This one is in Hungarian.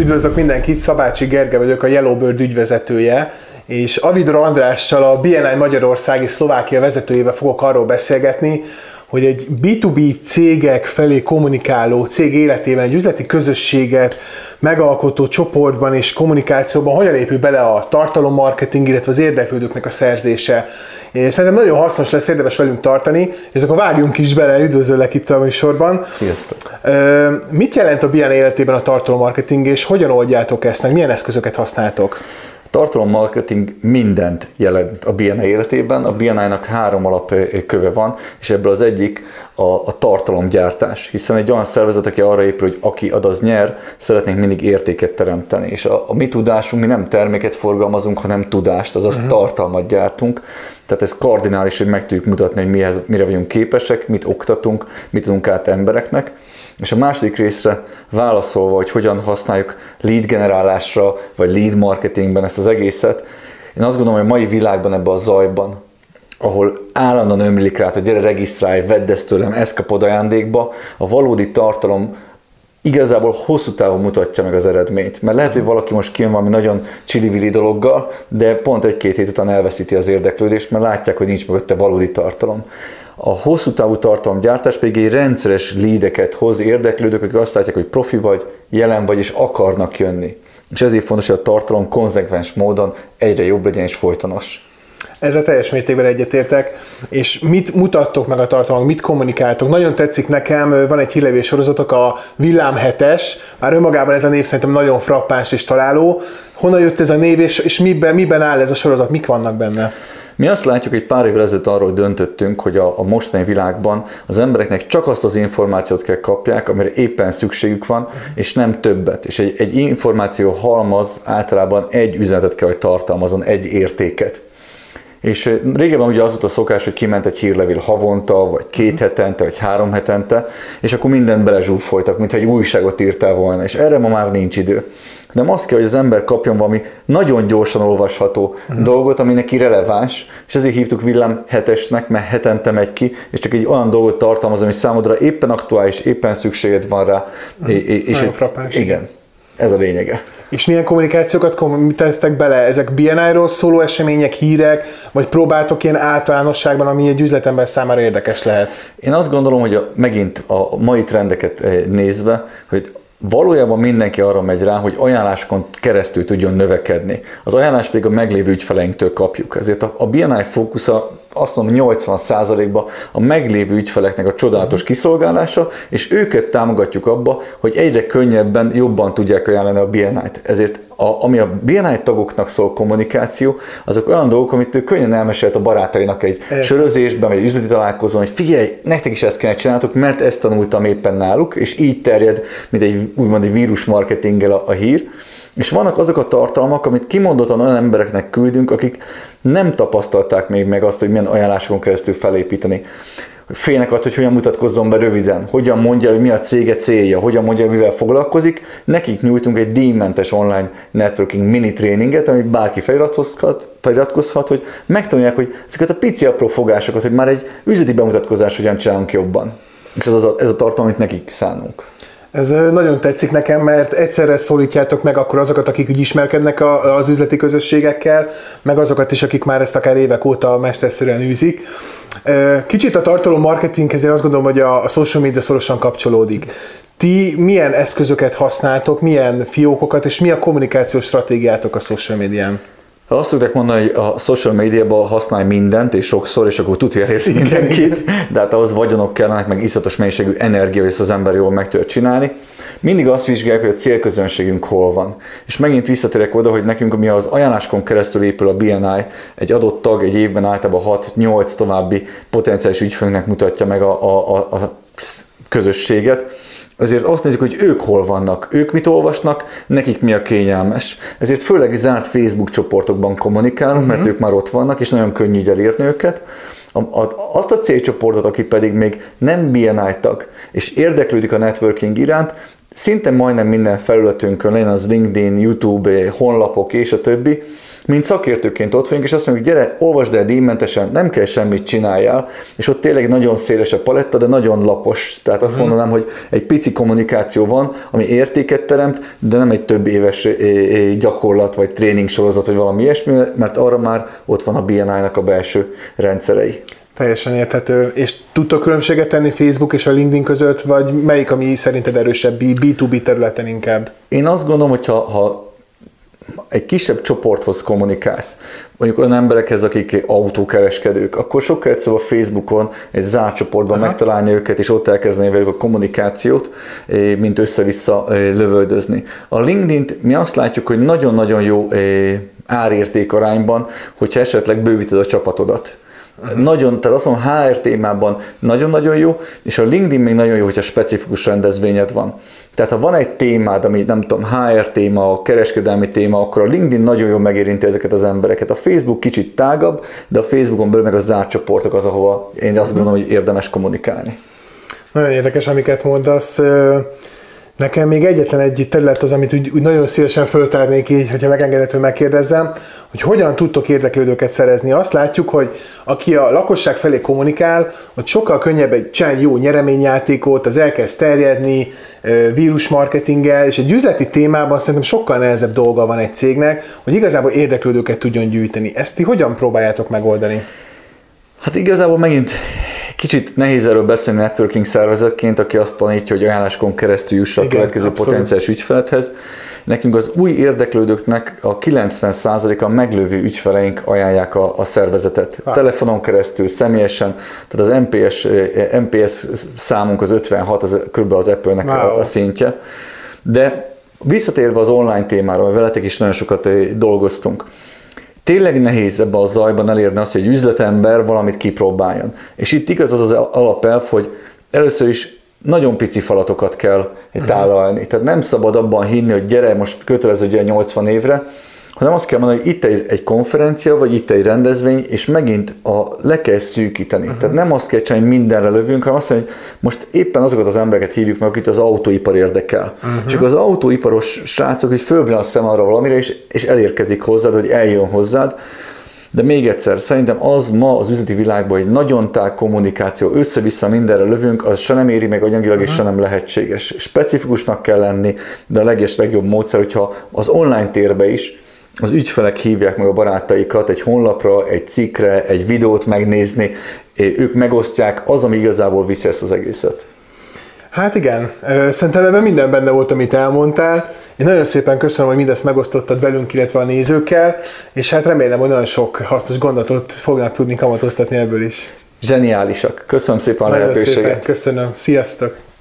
Üdvözlök mindenkit, Szabácsi Gergely vagyok, a Yellowbird ügyvezetője, és Avidor Andrással, a BNI Magyarország és Szlovákia vezetőjével fogok arról beszélgetni, hogy egy B2B cégek felé kommunikáló cég életében, egy üzleti közösséget megalkotó csoportban és kommunikációban hogyan épül bele a tartalommarketing, illetve az érdeklődőknek a szerzése. Szerintem nagyon hasznos lesz, érdemes velünk tartani, és akkor vágjunk is bele, üdvözöllek itt a műsorban. Sziasztok! Mit jelent a BNI életében a tartalommarketing, és hogyan oldjátok ezt meg, milyen eszközöket használtok? Tartalommarketing mindent jelent a BNI életében. A BNI-nak 3 alapköve van, és ebből az egyik a tartalomgyártás, hiszen egy olyan szervezet, aki arra épül, hogy aki ad, az nyer, szeretnénk mindig értéket teremteni. És a mi tudásunk, mi nem terméket forgalmazunk, hanem tudást, azaz tartalmat gyártunk. Tehát ez kardinális, hogy meg tudjuk mutatni, hogy mire vagyunk képesek, mit oktatunk, mit tudunk át embereknek. És a második részre válaszolva, hogy hogyan használjuk lead generálásra, vagy lead marketingben ezt az egészet, én azt gondolom, hogy a mai világban, ebben a zajban, ahol állandóan ömlik rá, hogy gyere regisztrálj, vedd ezt tőlem, ezt kapod ajándékba, a valódi tartalom igazából hosszú távon mutatja meg az eredményt. Mert lehet, hogy valaki most kijön valami nagyon csili-vili dologgal, de pont 1-2 hét után elveszíti az érdeklődést, mert látják, hogy nincs mögötte valódi tartalom. A hosszú távú tartalomgyártás pedig egy rendszeres leadeket hoz érdeklődők, akik azt látják, hogy profi vagy, jelen vagy és akarnak jönni. És ezért fontos, hogy a tartalom konzekvens módon egyre jobb legyen és folytonos. Ezzel teljes mértékben egyetértek, és mit mutattok meg a tartalmak, mit kommunikáltok? Nagyon tetszik nekem, van egy hírlevés sorozatok, a Villám 7-es, már önmagában ez a név szerintem nagyon frappáns és találó. Honnan jött ez a név, és miben áll ez a sorozat, mik vannak benne? Mi azt látjuk, hogy pár évvel ezelőtt arról döntöttünk, hogy a mostani világban az embereknek csak azt az információt kell kapják, amire éppen szükségük van, és nem többet. És egy információ halmaz általában egy üzenetet kell, hogy tartalmazon, egy értéket. És régebben ugye az volt a szokás, hogy kiment egy hírlevél havonta, vagy 2 hetente, vagy 3 hetente, és akkor mindent belezsúfoltak, mintha egy újságot írtál volna, és erre ma már nincs idő. Nem azt kell, hogy az ember kapjon valami nagyon gyorsan olvasható dolgot, ami neki releváns, és ezért hívtuk Villám 7-esnek, mert hetente megy ki, és csak egy olyan dolgot tartalmaz, ami számodra éppen aktuális, éppen szükséged van rá. És nagyon frappáns. Igen, ez a lényege. És milyen kommunikációkat tesztek bele? Ezek BNI-ról szóló események, hírek, vagy próbáltok ilyen általánosságban, ami egy üzletember számára érdekes lehet? Én azt gondolom, hogy megint a mai trendeket nézve, hogy valójában mindenki arra megy rá, hogy ajánláskon keresztül tudjon növekedni. Az ajánlás pedig a meglévő ügyfeleinktől kapjuk. Ezért a BNI fókusza azt mondom 80%-ban a meglévő ügyfeleknek a csodálatos kiszolgálása, és őket támogatjuk abba, hogy egyre könnyebben, jobban tudják ajánlani a BNI-t. Ezért ami a BNI tagoknak szól kommunikáció, azok olyan dolgok, amit ő könnyen elmesélt a barátainak egy sörözésben, vagy egy üzleti találkozón, hogy figyelj, nektek is ezt kellene csináltok, mert ezt tanultam éppen náluk, és így terjed, mint egy úgymond egy vírusmarketinggel a hír. És vannak azok a tartalmak, amit kimondottan olyan embereknek küldünk, akik nem tapasztalták még meg azt, hogy milyen ajánlásokon keresztül felépíteni. Félnek attól, hogy hogyan mutatkozzon be röviden, hogyan mondja, hogy mi a cége célja, hogyan mondja, mivel foglalkozik. Nekik nyújtunk egy díjmentes online networking mini tréninget, amit bárki feliratkozhat, hogy megtanulják, hogy ezeket a pici apró fogásokat, hogy már egy üzleti bemutatkozás hogyan csinálunk jobban. És ez a tartalom, amit nekik szánunk. Ez nagyon tetszik nekem, mert egyszerre szólítjátok meg akkor azokat, akik úgy ismerkednek az üzleti közösségekkel, meg azokat is, akik már ezt akár évek óta mesterszerűen űzik. Kicsit a tartalommarketinghez én azt gondolom, hogy a social media szorosan kapcsolódik. Ti milyen eszközöket használtok, milyen fiókokat, és mi a kommunikációs stratégiátok a social médián? Azt szokták mondani, hogy a social médiában használj mindent, és sokszor, és akkor tudja elérsz mindenkit, de hát ahhoz vagyonok kellenek, meg iszatos mennyiségű energia, hogy ezt az ember jól meg tudja csinálni. Mindig azt vizsgáljuk, hogy a célközönségünk hol van. És megint visszatérek oda, hogy nekünk, ami az ajánláskon keresztül épül a BNI, egy adott tag egy évben általában 6-8 további potenciális ügyfélnek mutatja meg a közösséget. Ezért azt nézzük, hogy ők hol vannak, ők mit olvasnak, nekik mi a kényelmes. Ezért főleg zárt Facebook csoportokban kommunikálunk, mert ők már ott vannak, és nagyon könnyű így elérni őket. Azt a célcsoportot, aki pedig még nem BNI tag, és érdeklődik a networking iránt, szinte majdnem minden felületünkön, legyen az LinkedIn, YouTube, honlapok és a többi, mint szakértőként ott vagyunk, és azt mondjuk, gyere, olvasd el díjmentesen, nem kell semmit csináljál, és ott tényleg nagyon széles a paletta, de nagyon lapos. Tehát azt mondanám, hogy egy pici kommunikáció van, ami értéket teremt, de nem egy több éves gyakorlat, vagy tréning sorozat, vagy valami ilyesmi, mert arra már ott van a BNI-nak a belső rendszerei. Teljesen érthető. És tudtok különbséget tenni Facebook és a LinkedIn között, vagy melyik, ami szerinted erősebb B2B területen inkább? Én azt gondolom, hogy ha egy kisebb csoporthoz kommunikálsz, mondjuk olyan emberekhez, akik autókereskedők, akkor sokkal egyszerűbb a Facebookon egy zárt csoportban megtalálni őket, és ott elkezdeni velük a kommunikációt, mint össze-vissza lövöldözni. A LinkedIn-t mi azt látjuk, hogy nagyon-nagyon jó árérték arányban, hogyha esetleg bővíted a csapatodat. Nagyon, tehát azt mondom, HR témában nagyon-nagyon jó, és a LinkedIn még nagyon jó, hogyha specifikus rendezvényed van. Tehát ha van egy témád, ami nem tudom, HR téma, kereskedelmi téma, akkor a LinkedIn nagyon jól megérinti ezeket az embereket. A Facebook kicsit tágabb, de a Facebookon belül meg a zárt csoportok az, ahova én azt gondolom, hogy érdemes kommunikálni. Nagyon érdekes, amiket mondasz. Nekem még egyetlen egy terület az, amit úgy nagyon szívesen föltárnék így, hogyha megengedett, hogy megkérdezzem, hogy hogyan tudtok érdeklődőket szerezni. Azt látjuk, hogy aki a lakosság felé kommunikál, ott sokkal könnyebb csinálni jó nyereményjátékot, az elkezd terjedni, vírusmarketinggel, és egy üzleti témában szerintem sokkal nehezebb dolga van egy cégnek, hogy igazából érdeklődőket tudjon gyűjteni. Ezt ti hogyan próbáljátok megoldani? Hát igazából megint kicsit nehéz erről beszélni networking szervezetként, aki azt tanítja, hogy ajánláskon keresztül juss a következő potenciális ügyfeledhez. Nekünk az új érdeklődőknek a 90%-a meglévő ügyfeleink ajánlják a szervezetet. Telefonon keresztül, személyesen, tehát az NPS számunk az 56, az kb. Az Apple-nek a szintje. De visszatérve az online témára, mert veletek is nagyon sokat dolgoztunk. Tényleg nehéz ebben a zajban elérni azt, hogy egy üzletember valamit kipróbáljon. És itt igaz az alapelv, hogy először is nagyon pici falatokat kell tálalni. Tehát nem szabad abban hinni, hogy gyere, most kötelező ugye 80 évre, hanem azt kell mondani, hogy itt egy konferencia, vagy itt egy rendezvény, és megint le kell szűkíteni. Tehát nem azt kell csinálni, hogy mindenre lövünk, hanem azt mondja, hogy most éppen azokat az embereket hívjuk meg, akit az autóipar érdekel. És akkor az autóiparos srácok, hogy fölvillan a szem arra valamire, és elérkezik hozzád, vagy eljön hozzád. De még egyszer, szerintem az ma az üzleti világban egy nagyon tág kommunikáció, össze-vissza mindenre lövünk, az se nem éri meg anyagilag, és se nem lehetséges. Specifikusnak kell lenni, de a legjobb módszer, hogyha az online térbe is az ügyfelek hívják meg a barátaikat egy honlapra, egy cikkre, egy videót megnézni, ők megosztják, az, ami igazából viszi ezt az egészet. Hát igen, szerintem ebben minden benne volt, amit elmondtál. Én nagyon szépen köszönöm, hogy mindezt megosztottad velünk, illetve a nézőkkel, és hát remélem, hogy nagyon sok hasznos gondolatot fognak tudni kamatoztatni ebből is. Zseniálisak. Köszönöm szépen a lehetőséget. Nagyon szépen köszönöm. Sziasztok!